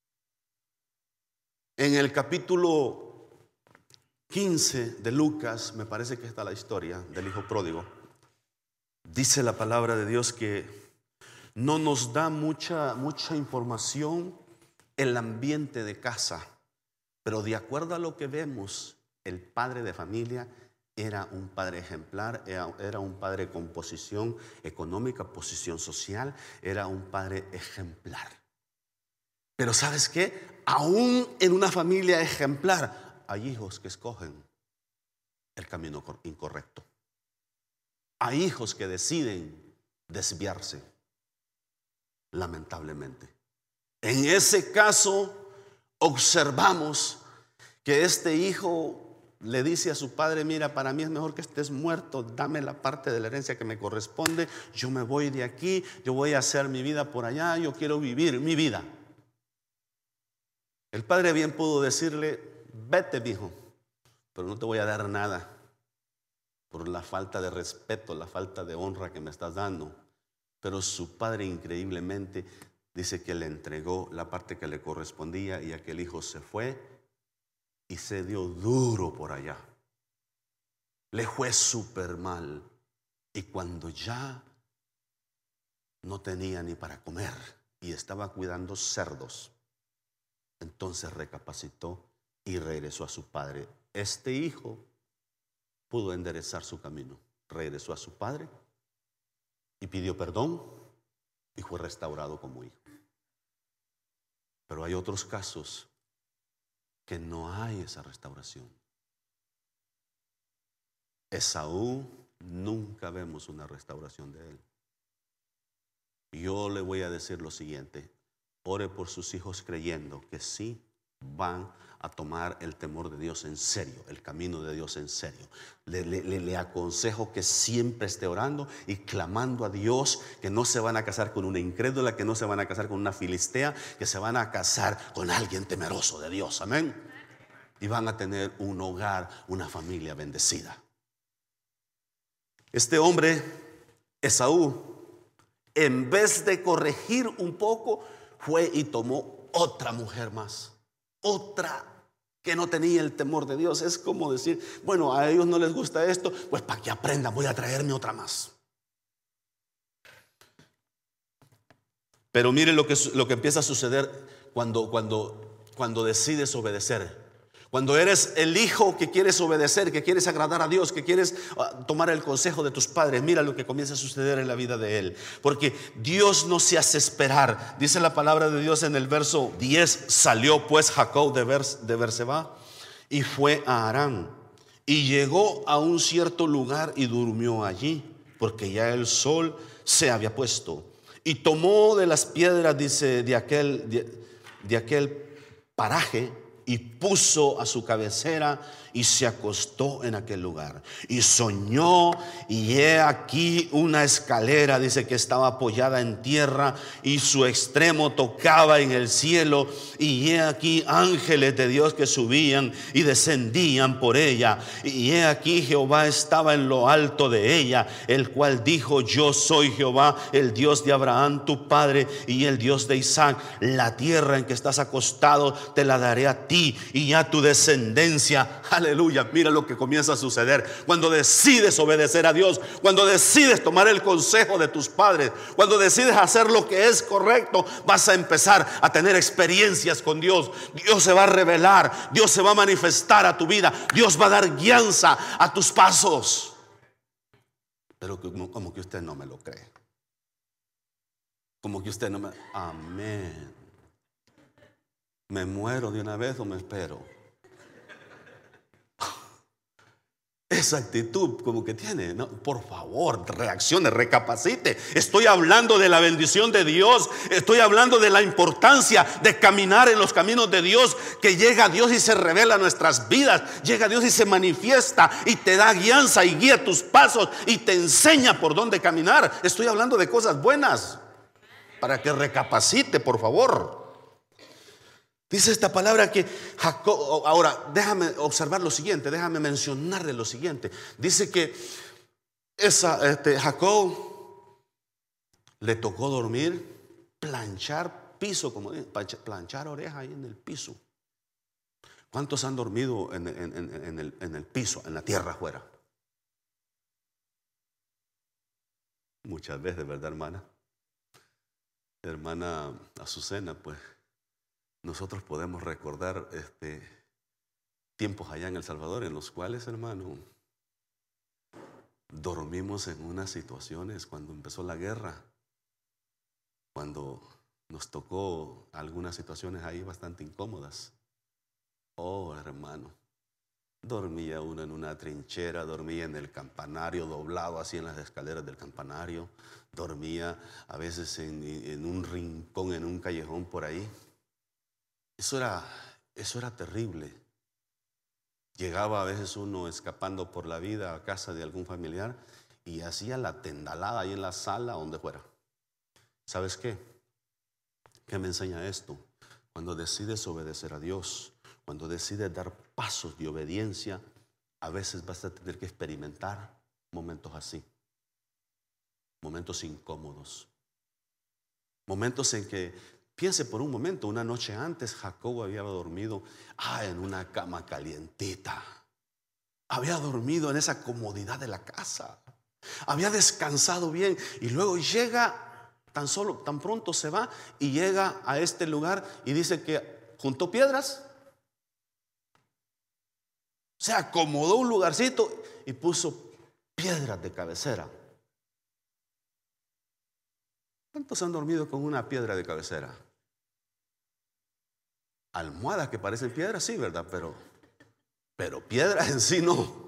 En el capítulo quince de Lucas, me parece que está la historia del hijo pródigo. Dice la palabra de Dios que no nos da mucha, mucha información el ambiente de casa, pero de acuerdo a lo que vemos, el padre de familia era un padre ejemplar, era, era un padre con posición económica, posición social, era un padre ejemplar. Pero ¿sabes qué? Aún en una familia ejemplar hay hijos que escogen el camino incorrecto. Hay hijos que deciden desviarse, lamentablemente. En ese caso observamos que este hijo le dice a su padre, mira, para mí es mejor que estés muerto, dame la parte de la herencia que me corresponde, yo me voy de aquí, yo voy a hacer mi vida por allá, yo quiero vivir mi vida. El padre bien pudo decirle, vete, mijo, pero no te voy a dar nada por la falta de respeto, la falta de honra que me estás dando. Pero su padre increíblemente dice que le entregó la parte que le correspondía y aquel hijo se fue y se dio duro por allá. Le fue súper mal. Y cuando ya no tenía ni para comer y estaba cuidando cerdos, entonces recapacitó y regresó a su padre. Este hijo pudo enderezar su camino. Regresó a su padre y pidió perdón y fue restaurado como hijo. Pero hay otros casos que no hay esa restauración. Esaú, nunca vemos una restauración de él. Yo le voy a decir lo siguiente: ore por sus hijos creyendo que sí van a tomar el temor de Dios en serio, el camino de Dios en serio. Le, le, le aconsejo que siempre esté orando y clamando a Dios, que no se van a casar con una incrédula, que no se van a casar con una filistea, que se van a casar con alguien temeroso de Dios, amén. Y van a tener un hogar, una familia bendecida. Este hombre, Esaú, en vez de corregir un poco, fue y tomó otra mujer más, otra que no tenía el temor de Dios. Es como decir, bueno, a ellos no les gusta esto, pues para que aprendan voy a traerme otra más. Pero mire lo que, lo que empieza a suceder cuando, cuando, cuando decides obedecer. Cuando eres el hijo que quieres obedecer, que quieres agradar a Dios, que quieres uh, tomar el consejo de tus padres, mira lo que comienza a suceder en la vida de él. Porque Dios no se hace esperar. Dice la palabra de Dios en el verso diez: salió pues Jacob de, Bers, de Berseba y fue a Harán. Y llegó a un cierto lugar y durmió allí, porque ya el sol se había puesto. Y tomó de las piedras, dice, de aquel, de, de aquel paraje, y puso a su cabecera y se acostó en aquel lugar. Y soñó, y he aquí una escalera, dice, que estaba apoyada en tierra y su extremo tocaba en el cielo. Y he aquí ángeles de Dios que subían y descendían por ella. Y he aquí Jehová estaba en lo alto de ella, el cual dijo: yo soy Jehová, el Dios de Abraham tu padre y el Dios de Isaac. La tierra en que estás acostado te la daré a ti y a tu descendencia. Aleluya. Mira lo que comienza a suceder cuando decides obedecer a Dios, cuando decides tomar el consejo de tus padres, cuando decides hacer lo que es correcto. Vas a empezar a tener experiencias con Dios. Dios se va a revelar, Dios se va a manifestar a tu vida, Dios va a dar guianza a tus pasos. Pero como, como que usted no me lo cree, como que usted no me... Amén. ¿Me muero de una vez o me espero? Esa actitud como que tiene, ¿no? Por favor, reaccione, recapacite. Estoy hablando de la bendición de Dios. Estoy hablando de la importancia de caminar en los caminos de Dios. Que llega Dios y se revela a nuestras vidas. Llega Dios y se manifiesta y te da guianza y guía tus pasos y te enseña por dónde caminar. Estoy hablando de cosas buenas, para que recapacite, por favor. Dice esta palabra que Jacob, ahora déjame observar lo siguiente, déjame mencionarle lo siguiente. Dice que esa, este, Jacob le tocó dormir, planchar piso, como planchar oreja ahí en el piso. ¿Cuántos han dormido en, en, en, en, el, en el piso, en la tierra afuera? Muchas veces, ¿verdad, hermana? Hermana Azucena, pues nosotros podemos recordar este, tiempos allá en El Salvador en los cuales, hermano, dormimos en unas situaciones cuando empezó la guerra, cuando nos tocó algunas situaciones ahí bastante incómodas. Oh, hermano, dormía uno en una trinchera, dormía en el campanario, doblado así en las escaleras del campanario, dormía a veces en, en un rincón, en un callejón por ahí. Eso era, eso era terrible. Llegaba a veces uno escapando por la vida a casa de algún familiar y hacía la tendalada ahí en la sala, donde fuera. ¿Sabes qué? ¿Qué me enseña esto? Cuando decides obedecer a Dios, cuando decides dar pasos de obediencia, a veces vas a tener que experimentar momentos así, momentos incómodos, momentos en que, piense por un momento, una noche antes Jacob había dormido ah, en una cama calientita. Había dormido en esa comodidad de la casa. Había descansado bien y luego llega, tan solo, tan pronto se va y llega a este lugar y dice que juntó piedras. Se acomodó un lugarcito y puso piedras de cabecera. ¿Cuántos han dormido con una piedra de cabecera? Almohadas que parecen piedras, sí, ¿verdad? Pero, pero piedras en sí no.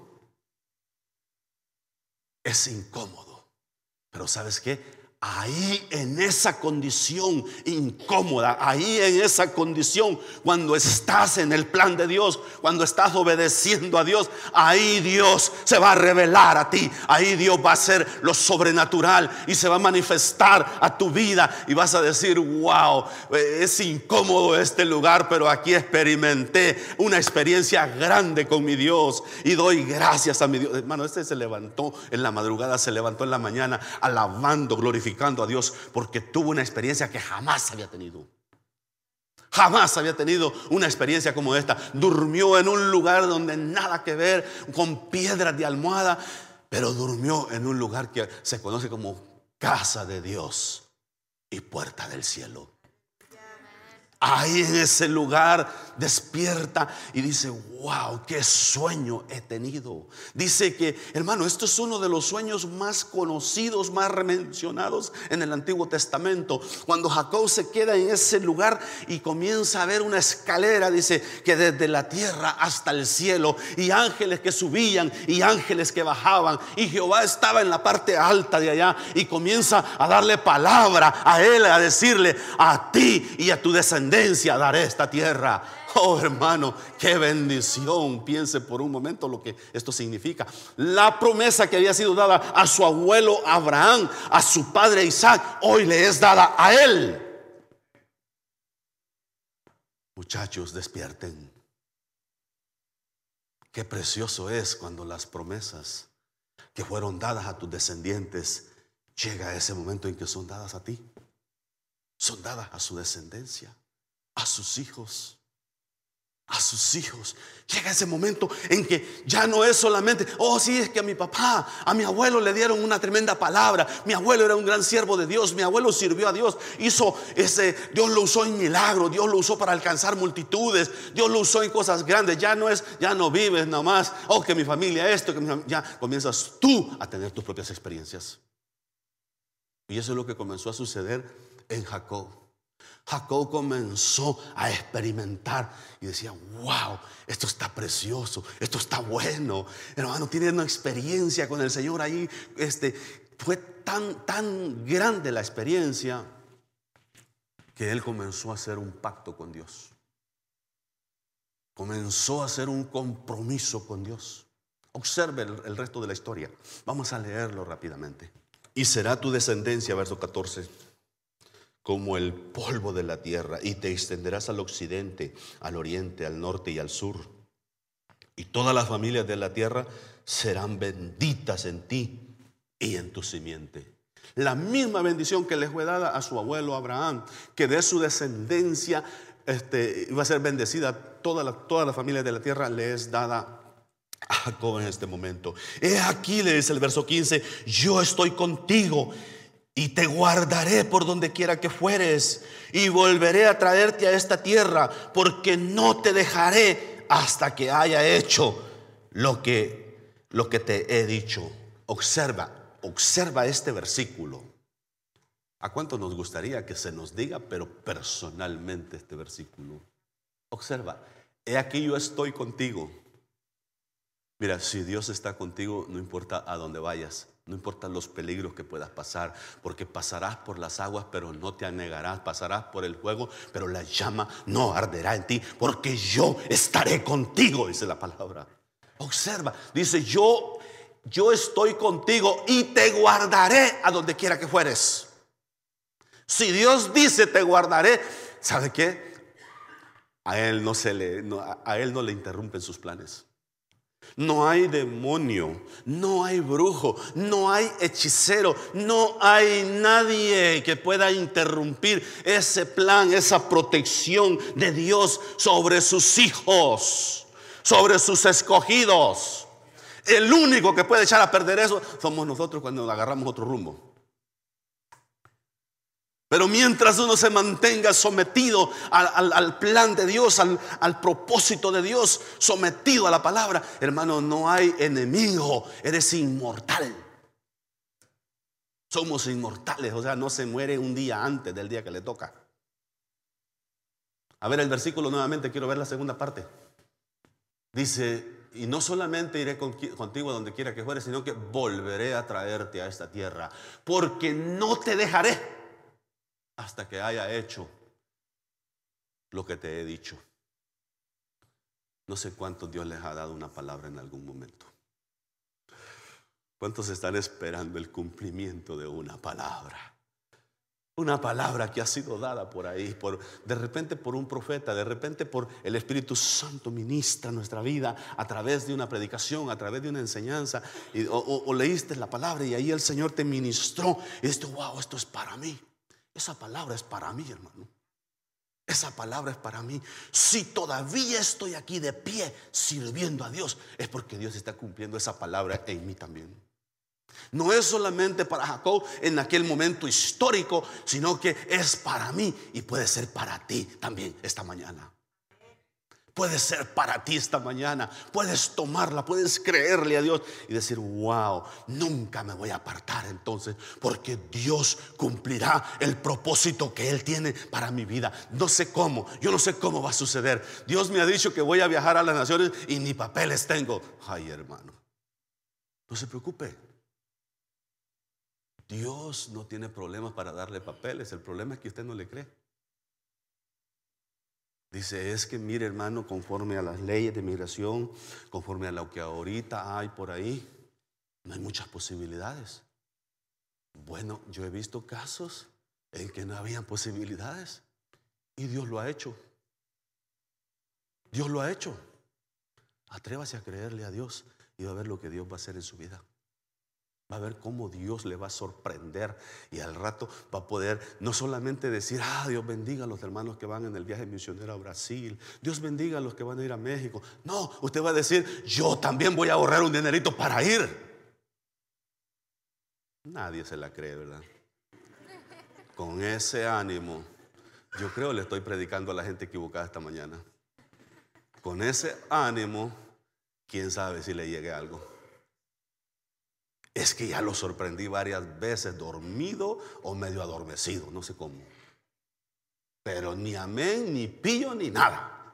Es incómodo. Pero ¿sabes qué? Ahí en esa condición incómoda, ahí en esa condición, cuando estás en el plan de Dios, cuando estás obedeciendo a Dios, ahí Dios se va a revelar a ti. Ahí Dios va a hacer lo sobrenatural y se va a manifestar a tu vida y vas a decir: wow, es incómodo este lugar, pero aquí experimenté una experiencia grande con mi Dios y doy gracias a mi Dios. Hermano, este se levantó en la madrugada, se levantó en la mañana alabando, glorificando a Dios porque tuvo una experiencia que jamás había tenido. Jamás había tenido una experiencia como esta. Durmió en un lugar donde nada que ver, con piedras de almohada, pero durmió en un lugar que se conoce como casa de Dios y puerta del cielo. Ahí en ese lugar despierta y dice: wow, qué sueño he tenido. Dice que, hermano, esto es uno de los sueños más conocidos, más mencionados en el Antiguo Testamento. Cuando Jacob se queda en ese lugar y comienza a ver una escalera, dice que desde la tierra hasta el cielo, y ángeles que subían y ángeles que bajaban, y Jehová estaba en la parte alta de allá y comienza a darle palabra a él, a decirle: a ti y a tu descendencia daré esta tierra. Oh, hermano, qué bendición. Piense por un momento lo que esto significa. La promesa que había sido dada a su abuelo Abraham, a su padre Isaac, hoy le es dada a él. Muchachos, despierten. Qué precioso es cuando las promesas que fueron dadas a tus descendientes, llega ese momento en que son dadas a ti. Son dadas a su descendencia, a sus hijos, a sus hijos. Llega ese momento en que ya no es solamente: oh, sí, es que a mi papá, a mi abuelo le dieron una tremenda palabra. Mi abuelo era un gran siervo de Dios. Mi abuelo sirvió a Dios. Hizo ese, Dios lo usó en milagros. Dios lo usó para alcanzar multitudes. Dios lo usó en cosas grandes. Ya no es, ya no vives nada más: oh, que mi familia esto, que mi familia. Ya comienzas tú a tener tus propias experiencias. Y eso es lo que comenzó a suceder en Jacob. Jacob comenzó a experimentar y decía: wow, esto está precioso, esto está bueno. Hermano, tiene una experiencia con el Señor ahí. Este, fue tan, tan grande la experiencia que él comenzó a hacer un pacto con Dios. Comenzó a hacer un compromiso con Dios. Observe el, el resto de la historia. Vamos a leerlo rápidamente. Y será tu descendencia, verso catorce, como el polvo de la tierra, y te extenderás al occidente, al oriente, al norte y al sur. Y todas las familias de la tierra serán benditas en ti y en tu simiente. La misma bendición que le fue dada a su abuelo Abraham, que de su descendencia este, iba a ser bendecida toda la, toda la familia de la tierra, le es dada a Jacob en este momento. He aquí, le dice el verso quince: yo estoy contigo y te guardaré por donde quiera que fueres, y volveré a traerte a esta tierra, porque no te dejaré hasta que haya hecho lo que, lo que te he dicho. Observa, observa este versículo. ¿A cuánto nos gustaría que se nos diga, pero personalmente, este versículo? Observa: he aquí, yo estoy contigo. Mira, si Dios está contigo, no importa a dónde vayas, no importa los peligros que puedas pasar, porque pasarás por las aguas, pero no te anegarás. Pasarás por el fuego, pero la llama no arderá en ti, porque yo estaré contigo, dice la palabra. Observa, dice: yo, yo estoy contigo y te guardaré a donde quiera que fueres. Si Dios dice te guardaré, ¿sabe qué? A él no se le, no, a él no le interrumpen sus planes. No hay demonio, no hay brujo, no hay hechicero, no hay nadie que pueda interrumpir ese plan, esa protección de Dios sobre sus hijos, sobre sus escogidos. El único que puede echar a perder eso somos nosotros cuando agarramos otro rumbo. Pero mientras uno se mantenga sometido al, al, al plan de Dios, al, al propósito de Dios, sometido a la palabra, hermano, no hay enemigo. Eres inmortal. Somos inmortales, o sea, no se muere un día antes del día que le toca. A ver el versículo nuevamente, quiero ver la segunda parte. Dice: y no solamente iré contigo a donde quiera que fueres, sino que volveré a traerte a esta tierra, porque no te dejaré hasta que haya hecho lo que te he dicho. No sé cuántos Dios les ha dado una palabra en algún momento. ¿Cuántos están esperando el cumplimiento de una palabra? Una palabra que ha sido dada por ahí, por, de repente por un profeta, de repente por el Espíritu Santo ministra nuestra vida a través de una predicación, a través de una enseñanza, y, o, o, o leíste la palabra y ahí el Señor te ministró y dijiste: wow, esto es para mí. Esa palabra es para mí, hermano. Esa palabra es para mí. Si todavía estoy aquí de pie sirviendo a Dios, es porque Dios está cumpliendo esa palabra en mí también. No es solamente para Jacob en aquel momento histórico, sino que es para mí y puede ser para ti también esta mañana. Puede ser para ti esta mañana. Puedes tomarla, puedes creerle a Dios y decir: wow, nunca me voy a apartar entonces, porque Dios cumplirá el propósito que Él tiene para mi vida. No sé cómo, yo no sé cómo va a suceder. Dios me ha dicho que voy a viajar a las naciones y ni papeles tengo. Ay, hermano, no se preocupe. Dios no tiene problemas para darle papeles. El problema es que usted no le cree. Dice: es que mire, hermano, conforme a las leyes de migración, conforme a lo que ahorita hay por ahí, no hay muchas posibilidades. Bueno, yo he visto casos en que no habían posibilidades y Dios lo ha hecho. Dios lo ha hecho. Atrévase a creerle a Dios y va a ver lo que Dios va a hacer en su vida. Va a ver cómo Dios le va a sorprender y al rato va a poder no solamente decir: ah, Dios bendiga a los hermanos que van en el viaje misionero a Brasil, Dios bendiga a los que van a ir a México. No, usted va a decir: yo también voy a ahorrar un dinerito para ir. Nadie se la cree, ¿verdad? Con ese ánimo, yo creo le estoy predicando a la gente equivocada esta mañana. Con ese ánimo, quién sabe si le llegue algo. Es que ya lo sorprendí varias veces, dormido o medio adormecido, no sé cómo. Pero ni amén, ni pillo, ni nada.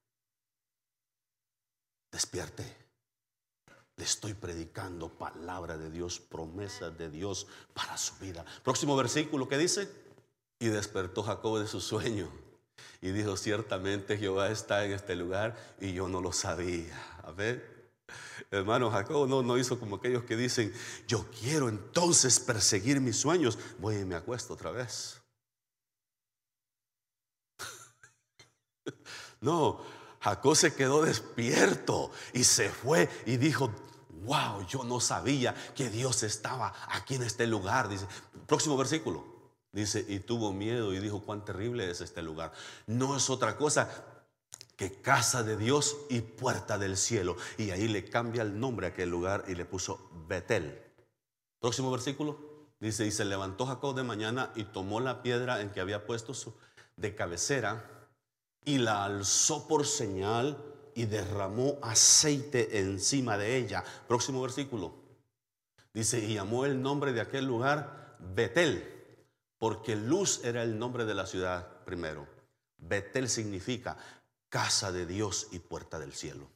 Despierte. Le estoy predicando palabra de Dios, promesas de Dios para su vida. Próximo versículo, ¿qué dice? Y despertó Jacob de su sueño y dijo: ciertamente Jehová está en este lugar y yo no lo sabía. A ver. Hermano, Jacob no, no hizo como aquellos que dicen: yo quiero entonces perseguir mis sueños, voy y me acuesto otra vez. No, Jacob se quedó despierto y se fue y dijo: wow, yo no sabía que Dios estaba aquí en este lugar. Dice, próximo versículo, dice: y tuvo miedo y dijo: cuán terrible es este lugar. No es otra cosa que casa de Dios y puerta del cielo. Y ahí le cambia el nombre a aquel lugar y le puso Betel. Próximo versículo, dice: y se levantó Jacob de mañana y tomó la piedra en que había puesto su de cabecera y la alzó por señal y derramó aceite encima de ella. Próximo versículo, dice: y llamó el nombre de aquel lugar Betel, porque Luz era el nombre de la ciudad primero. Betel significa casa de Dios y puerta del cielo.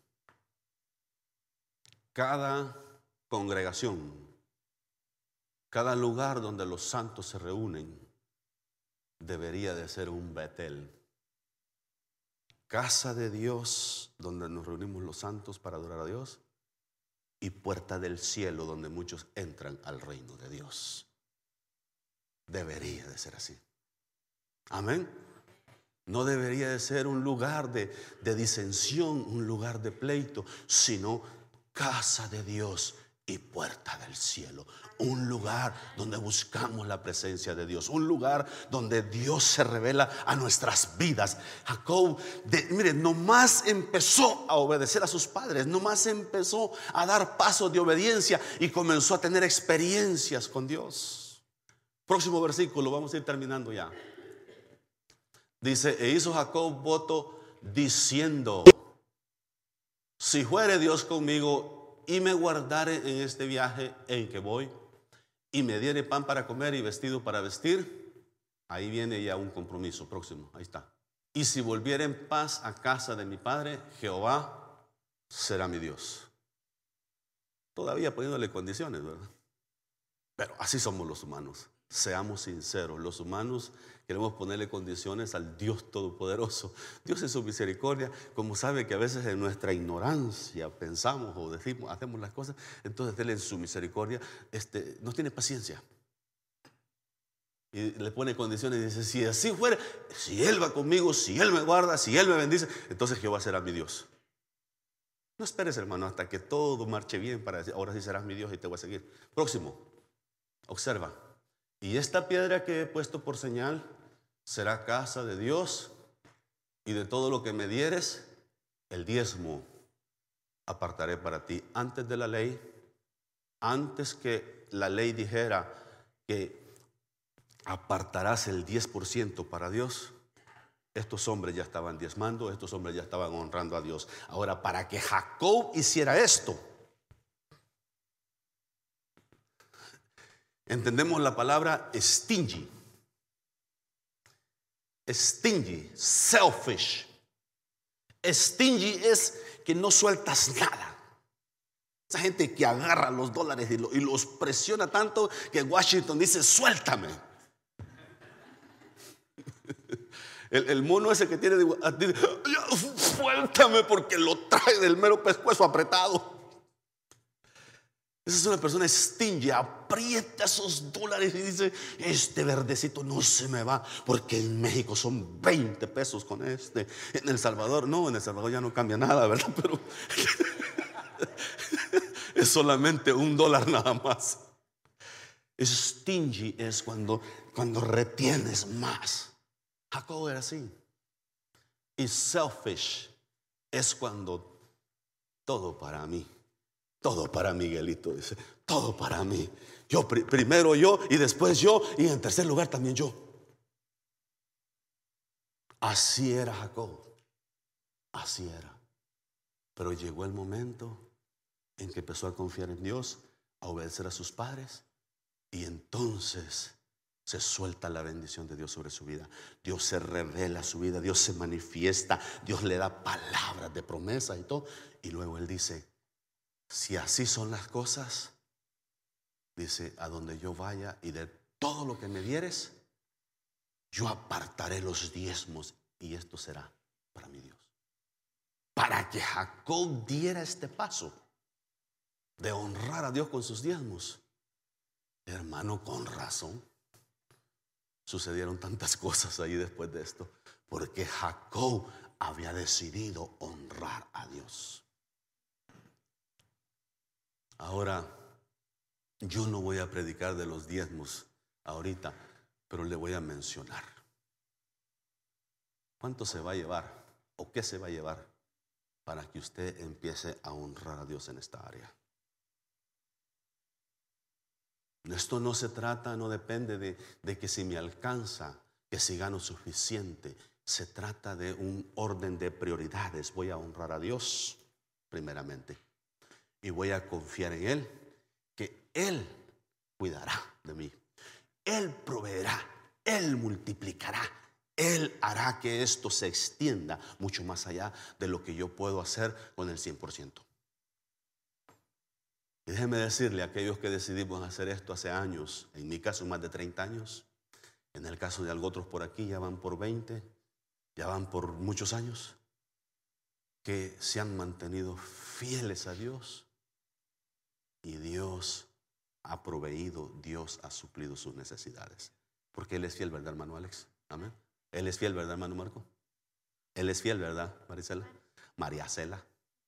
Cada congregación, cada lugar donde los santos se reúnen, debería de ser un Betel. Casa de Dios, donde nos reunimos los santos para adorar a Dios, y puerta del cielo, donde muchos entran al reino de Dios. Debería de ser así. Amén. No debería de ser un lugar de, de disensión, un lugar de pleito, sino casa de Dios y puerta del cielo. Un lugar donde buscamos la presencia de Dios. Un lugar donde Dios se revela a nuestras vidas. Jacob, de, mire, nomás empezó a obedecer a sus padres. Nomás empezó a dar pasos de obediencia y comenzó a tener experiencias con Dios. Próximo versículo, vamos a ir terminando ya. Dice: e hizo Jacob voto diciendo: si fuere Dios conmigo y me guardare en este viaje en que voy, y me diere pan para comer y vestido para vestir. Ahí viene ya un compromiso. Próximo, ahí está. Y si volviere en paz a casa de mi padre, Jehová será mi Dios. Todavía poniéndole condiciones, ¿verdad? Pero así somos los humanos. Seamos sinceros, los humanos queremos ponerle condiciones al Dios Todopoderoso. Dios en su misericordia, como sabe que a veces en nuestra ignorancia pensamos o decimos, hacemos las cosas, entonces Él en su misericordia este, nos tiene paciencia. Y le pone condiciones y dice: si así fuera, si Él va conmigo, si Él me guarda, si Él me bendice, entonces Jehová será mi Dios. No esperes, hermano, hasta que todo marche bien para decir: ahora sí serás mi Dios y te voy a seguir. Próximo, observa. Y esta piedra que he puesto por señal será casa de Dios, y de todo lo que me dieres, el diezmo apartaré para ti. Antes de la ley, antes que la ley dijera que apartarás el diez por ciento para Dios, estos hombres ya estaban diezmando, estos hombres ya estaban honrando a Dios. Ahora, para que Jacob hiciera esto, entendemos la palabra stingy. Stingy, selfish. Stingy es que no sueltas nada. Esa gente que agarra los dólares y, lo, y los presiona tanto que Washington dice: suéltame. El, el mono ese que tiene, dice: suéltame, porque lo trae del mero pescuezo apretado. Esa es una persona stingy, aprieta esos dólares y dice: este verdecito no se me va, porque en México son veinte pesos con este. En El Salvador, no, en El Salvador ya no cambia nada, ¿verdad? Pero es solamente un dólar nada más. Stingy es cuando, cuando retienes más. Jacob era así. Y selfish es cuando todo para mí. Todo para Miguelito, dice. Todo para mí. Yo pr- primero yo y después yo y en tercer lugar también yo. Así era Jacob. Así era. Pero llegó el momento en que empezó a confiar en Dios, a obedecer a sus padres, y entonces se suelta la bendición de Dios sobre su vida. Dios se revela a su vida, Dios se manifiesta, Dios le da palabras de promesa y todo. Y luego él dice: si así son las cosas, dice, a donde yo vaya y de todo lo que me dieres, yo apartaré los diezmos, y esto será para mi Dios. Para que Jacob diera este paso de honrar a Dios con sus diezmos, hermano, con razón sucedieron tantas cosas ahí después de esto, porque Jacob había decidido honrar a Dios. Ahora, yo no voy a predicar de los diezmos ahorita, pero le voy a mencionar. ¿Cuánto se va a llevar o qué se va a llevar para que usted empiece a honrar a Dios en esta área? Esto no se trata, no depende de, de que si me alcanza, que si gano suficiente. Se trata de un orden de prioridades. Voy a honrar a Dios primeramente y voy a confiar en Él, que Él cuidará de mí. Él proveerá, Él multiplicará, Él hará que esto se extienda mucho más allá de lo que yo puedo hacer con el cien por ciento. Y déjeme decirle a aquellos que decidimos hacer esto hace años, en mi caso más de treinta años, en el caso de algunos por aquí ya van por veinte, ya van por muchos años, que se han mantenido fieles a Dios, y Dios ha proveído, Dios ha suplido sus necesidades, porque Él es fiel, ¿verdad, hermano Alex? Amén. Él es fiel, ¿verdad, hermano Marco? Él es fiel, ¿verdad, Maricela? María Cela.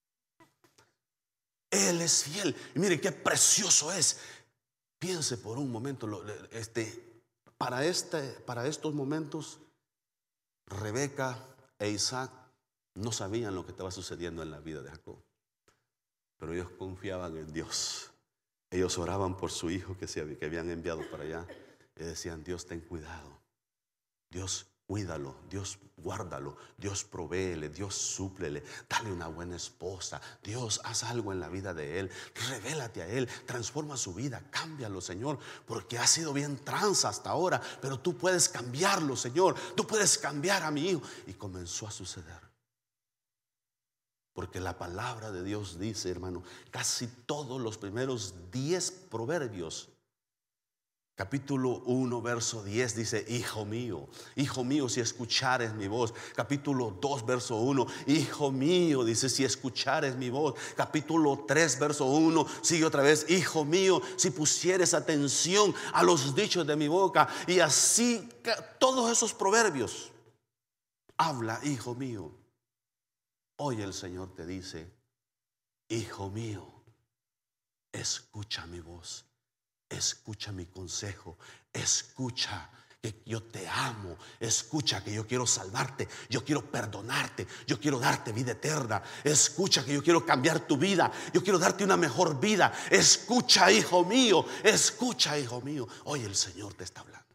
Él es fiel. Y mire qué precioso es. Piense por un momento, este, para, este, para estos momentos, Rebeca e Isaac no sabían lo que estaba sucediendo en la vida de Jacob, pero ellos confiaban en Dios. Ellos oraban por su hijo que, se, que habían enviado para allá, y decían: Dios, ten cuidado, Dios, cuídalo, Dios, guárdalo, Dios, provéele, Dios, súplele, dale una buena esposa, Dios, haz algo en la vida de él, revélate a él, transforma su vida, cámbialo, Señor, porque ha sido bien tranza hasta ahora, pero tú puedes cambiarlo, Señor, tú puedes cambiar a mi hijo. Y comenzó a suceder, porque la palabra de Dios dice, hermano, casi todos los primeros diez proverbios, capítulo uno, verso diez, dice: hijo mío, hijo mío, si escuchares mi voz. Capítulo dos, verso uno, hijo mío, dice, si escuchares mi voz. Capítulo tres, verso uno, sigue otra vez: hijo mío, si pusieres atención a los dichos de mi boca. Y así todos esos proverbios habla: hijo mío. Hoy el Señor te dice: hijo mío, escucha mi voz, escucha mi consejo, escucha que yo te amo. Escucha que yo quiero salvarte, yo quiero perdonarte, yo quiero darte vida eterna. Escucha que yo quiero cambiar tu vida, yo quiero darte una mejor vida. Escucha, hijo mío, escucha, hijo mío. Hoy el Señor te está hablando.